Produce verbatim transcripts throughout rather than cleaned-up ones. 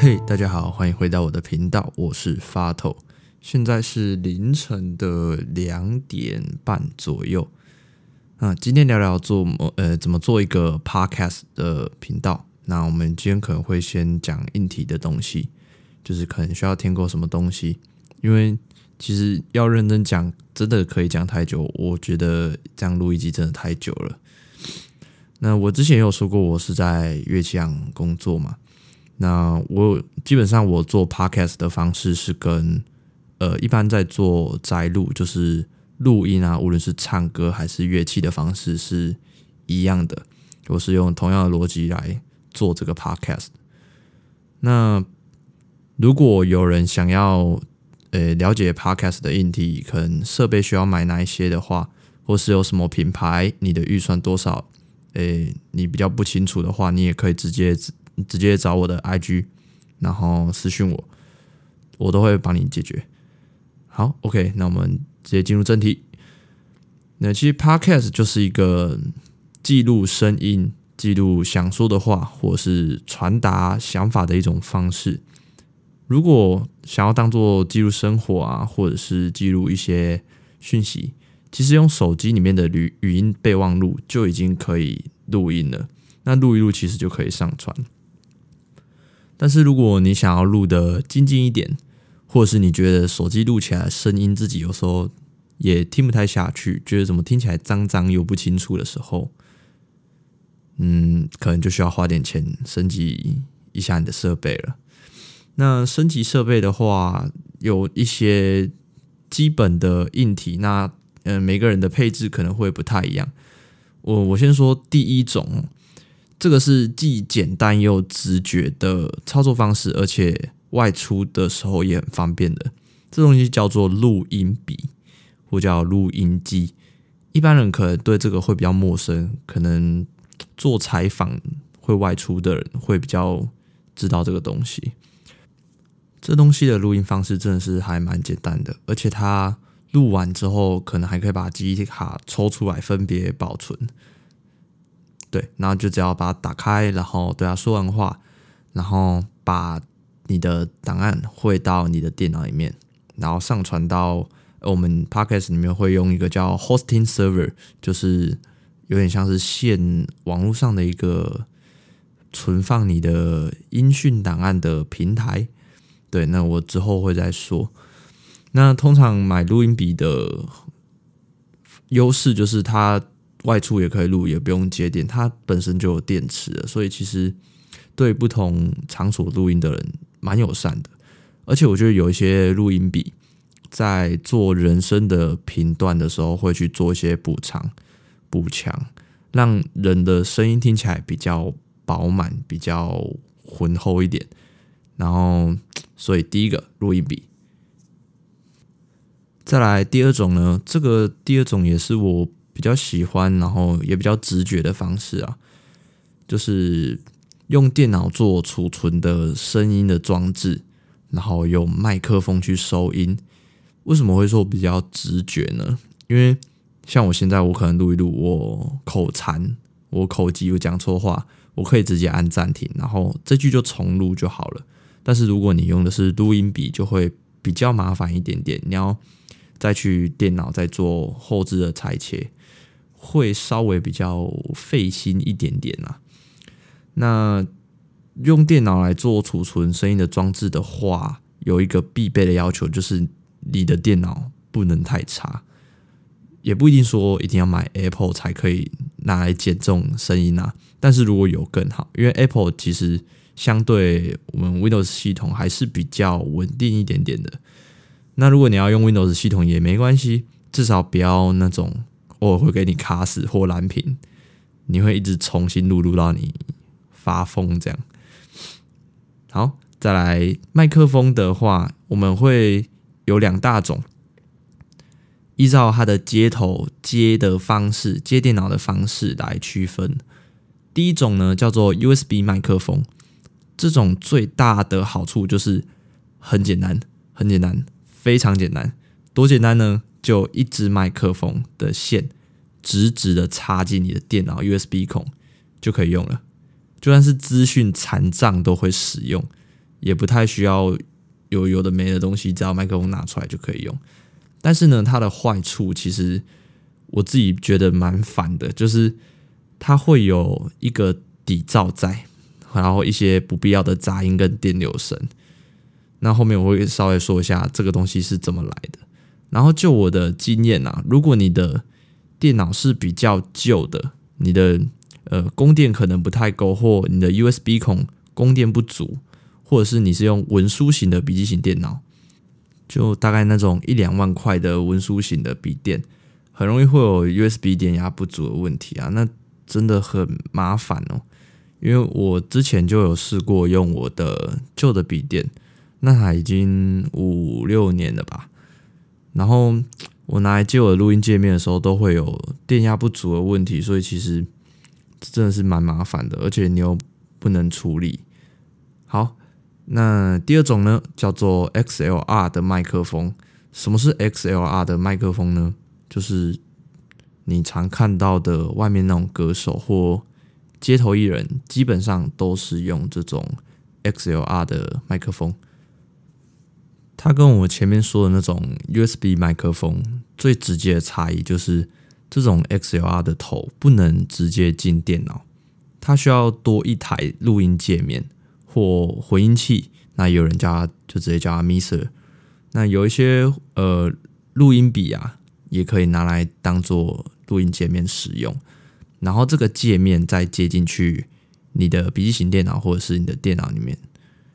嘿、hey, 大家好，欢迎回到我的频道，我是发透。现在是凌晨的两点半左右。那今天聊聊做呃怎么做一个 podcast 的频道。那我们今天可能会先讲硬体的东西，就是可能需要添购什么东西，因为其实要认真讲，真的可以讲太久。我觉得这样录一集真的太久了。那我之前也有说过，我是在乐器行工作嘛。那我基本上我做 podcast 的方式是跟呃一般在做摘录，就是录音啊，无论是唱歌还是乐器的方式是一样的。我是用同样的逻辑来做这个 podcast。那如果有人想要呃了解 podcast 的硬体，可能设备需要买哪一些的话，或是有什么品牌，你的预算多少，呃你比较不清楚的话，你也可以直接直接找我的 I G， 然后私讯我，我都会帮你解决。好 ，OK， 那我们直接进入正题。那其实 Podcast 就是一个记录声音、记录想说的话，或是传达想法的一种方式。如果想要当做记录生活啊，或者是记录一些讯息，其实用手机里面的语语音备忘录就已经可以录音了。那录一录其实就可以上传。但是如果你想要录的精进一点，或者是你觉得手机录起来的声音自己有时候也听不太下去，觉得怎么听起来脏脏又不清楚的时候，嗯，可能就需要花点钱升级一下你的设备了。那升级设备的话，有一些基本的硬体，那呃每个人的配置可能会不太一样。我我先说第一种。这个是既简单又直觉的操作方式，而且外出的时候也很方便的。这东西叫做录音笔，或叫录音机。一般人可能对这个会比较陌生，可能做采访会外出的人会比较知道这个东西。这东西的录音方式真的是还蛮简单的，而且它录完之后，可能还可以把记忆卡抽出来分别保存。对，然后就只要把它打开，然后对它说完话，然后把你的档案汇到你的电脑里面，然后上传到我们 podcast 里面会用一个叫 hosting server， 就是有点像是线网络上的一个存放你的音讯档案的平台。对，那我之后会再说。那通常买录音笔的优势就是它外出也可以录，也不用接电，它本身就有电池了，所以其实对不同场所录音的人蛮友善的。而且我觉得有一些录音笔在做人声的频段的时候，会去做一些补偿、补强，让人的声音听起来比较饱满、比较浑厚一点。然后，所以第一个录音笔。再来第二种呢，这个第二种也是我比较喜欢，然后也比较直觉的方式啊，就是用电脑做储存的声音的装置，然后用麦克风去收音。为什么会说比较直觉呢？因为像我现在，我可能录一录，我口残，我口急，我讲错话，我可以直接按暂停，然后这句就重录就好了。但是如果你用的是录音笔，就会比较麻烦一点点，你要再去电脑再做后置的裁切。会稍微比较费心一点点啊。那用电脑来做储存声音的装置的话，有一个必备的要求，就是你的电脑不能太差。也不一定说一定要买 Apple 才可以拿来剪这种声音啊，但是如果有更好，因为 Apple 其实相对我们 Windows 系统还是比较稳定一点点的。那如果你要用 Windows 系统也没关系，至少不要那种偶尔会给你卡死或蓝屏，你会一直重新录录到你发疯这样。好，再来麦克风的话，我们会有两大种，依照它的接头接的方式、接电脑的方式来区分。第一种呢叫做 U S B 麦克风，这种最大的好处就是很简单，很简单，非常简单。多简单呢？就一支麦克风的线直直的插进你的电脑 U S B 孔就可以用了，就算是资讯残障都会使用， 也不太需要有有的没的东西，只要麦克风拿出来就可以用。但是呢，它的坏处其实我自己觉得蛮烦的，就是它会有一个底噪在，然后一些不必要的杂音跟电流声。那后面我会稍微说一下这个东西是怎么来的。然后就我的经验啊，如果你的电脑是比较旧的，你的呃供电可能不太够，或你的 U S B 孔供电不足，或者是你是用文书型的笔记型电脑，就大概那种一两万块的文书型的笔电，很容易会有 U S B 电压不足的问题啊，那真的很麻烦哦。因为我之前就有试过用我的旧的笔电，那还已经五六年了吧。然后我拿来接我的录音界面的时候，都会有电压不足的问题，所以其实真的是蛮麻烦的，而且你又不能处理。好，那第二种呢，叫做 X L R 的麦克风。什么是 X L R 的麦克风呢？就是你常看到的外面那种歌手或街头艺人，基本上都是用这种 X L R 的麦克风。它跟我前面说的那种 U S B 麦克风最直接的差异就是，这种 X L R 的头不能直接进电脑，它需要多一台录音界面或混音器。那有人叫它就直接叫它 mixer。那有一些呃录音笔啊，也可以拿来当做录音界面使用。然后这个界面再接进去你的笔记型电脑或者是你的电脑里面。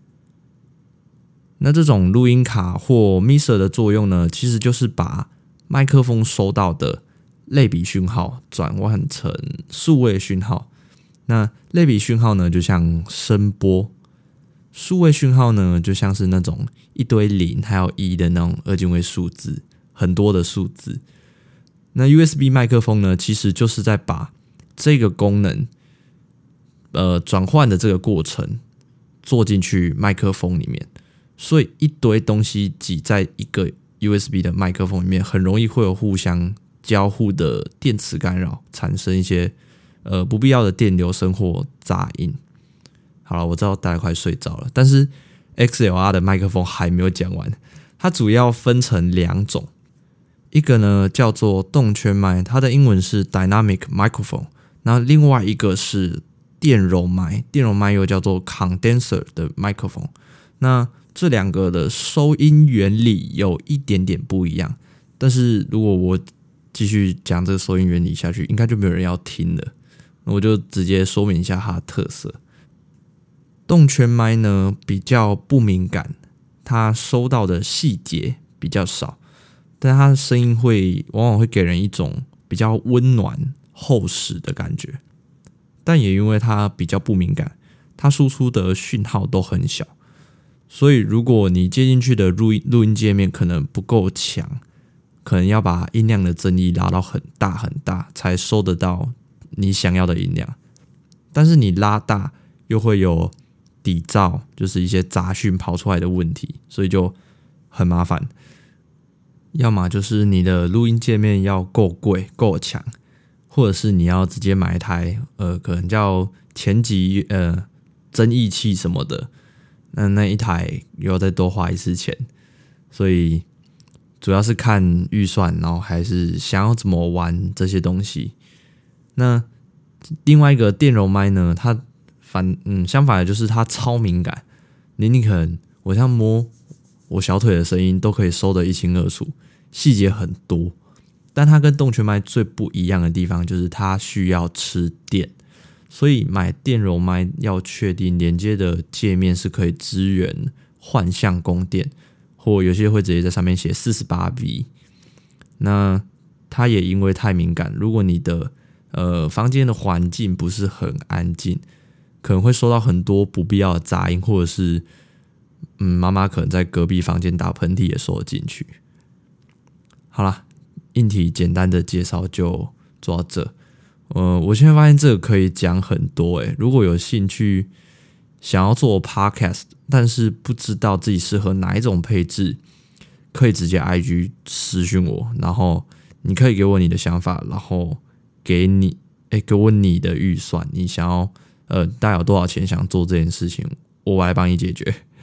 那这种录音卡或 mixer 的作用呢，其实就是把麦克风收到的类比讯号转换成数位讯号。那类比讯号呢，就像声波；数位讯号呢，就像是那种一堆零还有一的那种二进位数字，很多的数字。那 U S B 麦克风呢，其实就是在把这个功能，呃，转换的这个过程做进去麦克风里面。所以一堆东西挤在一个 U S B 的麦克风里面，很容易会有互相交互的电磁干扰，产生一些呃不必要的电流声或杂音。好了，我知道大家快睡着了，但是 X L R 的麦克风还没有讲完。它主要分成两种，一个呢叫做动圈麦，它的英文是 Dynamic Microphone， 那另外一个是电容麦，电容麦又叫做 Condenser 的麦克风。那这两个的收音原理有一点点不一样，但是如果我继续讲这个收音原理下去，应该就没有人要听了。我就直接说明一下它的特色。动圈麦呢比较不敏感，它收到的细节比较少，但它的声音会往往会给人一种比较温暖厚实的感觉。但也因为它比较不敏感，它输出的讯号都很小。所以如果你接进去的录音录音界面可能不够强，可能要把音量的增益拉到很大很大，才收得到你想要的音量。但是你拉大又会有底噪，就是一些杂讯跑出来的问题，所以就很麻烦。要么就是你的录音界面要够贵够强，或者是你要直接买一台呃可能叫前级呃增益器什么的。那那一台又要再多花一次钱，所以主要是看预算，然后还是想要怎么玩这些东西。那另外一个电容麦呢，它反嗯相反的就是它超敏感，你你可能我像摸我小腿的声音都可以收得一清二楚，细节很多。但它跟动圈麦最不一样的地方就是它需要吃电。所以买电容麦要确定连接的界面是可以支援换向供电，或有些会直接在上面写 四十八 V。 那它也因为太敏感，如果你的呃房间的环境不是很安静，可能会收到很多不必要的杂音，或者是嗯妈妈可能在隔壁房间打喷嚏也收得进去。好啦，硬体简单的介绍就做到这。呃，我现在发现这个可以讲很多诶，如果有兴趣想要做 podcast， 但是不知道自己适合哪一种配置，可以直接 I G 私讯我，然后你可以给我你的想法，然后给你诶给我你的预算，你想要呃大概有多少钱想做这件事情，我来帮你解决。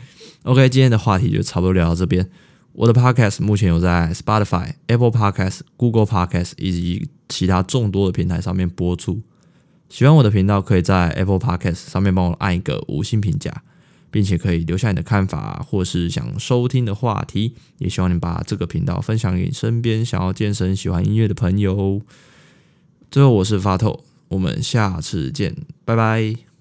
OK， 今天的话题就差不多聊到这边。我的 Podcast 目前有在 Spotify、Apple Podcast、Google Podcast 以及其他众多的平台上面播出。喜欢我的频道，可以在 Apple Podcast 上面帮我按一个五星评价，并且可以留下你的看法或是想收听的话题。也希望你把这个频道分享给你身边想要健身、喜欢音乐的朋友。最后，我是发透，我们下次见，拜拜。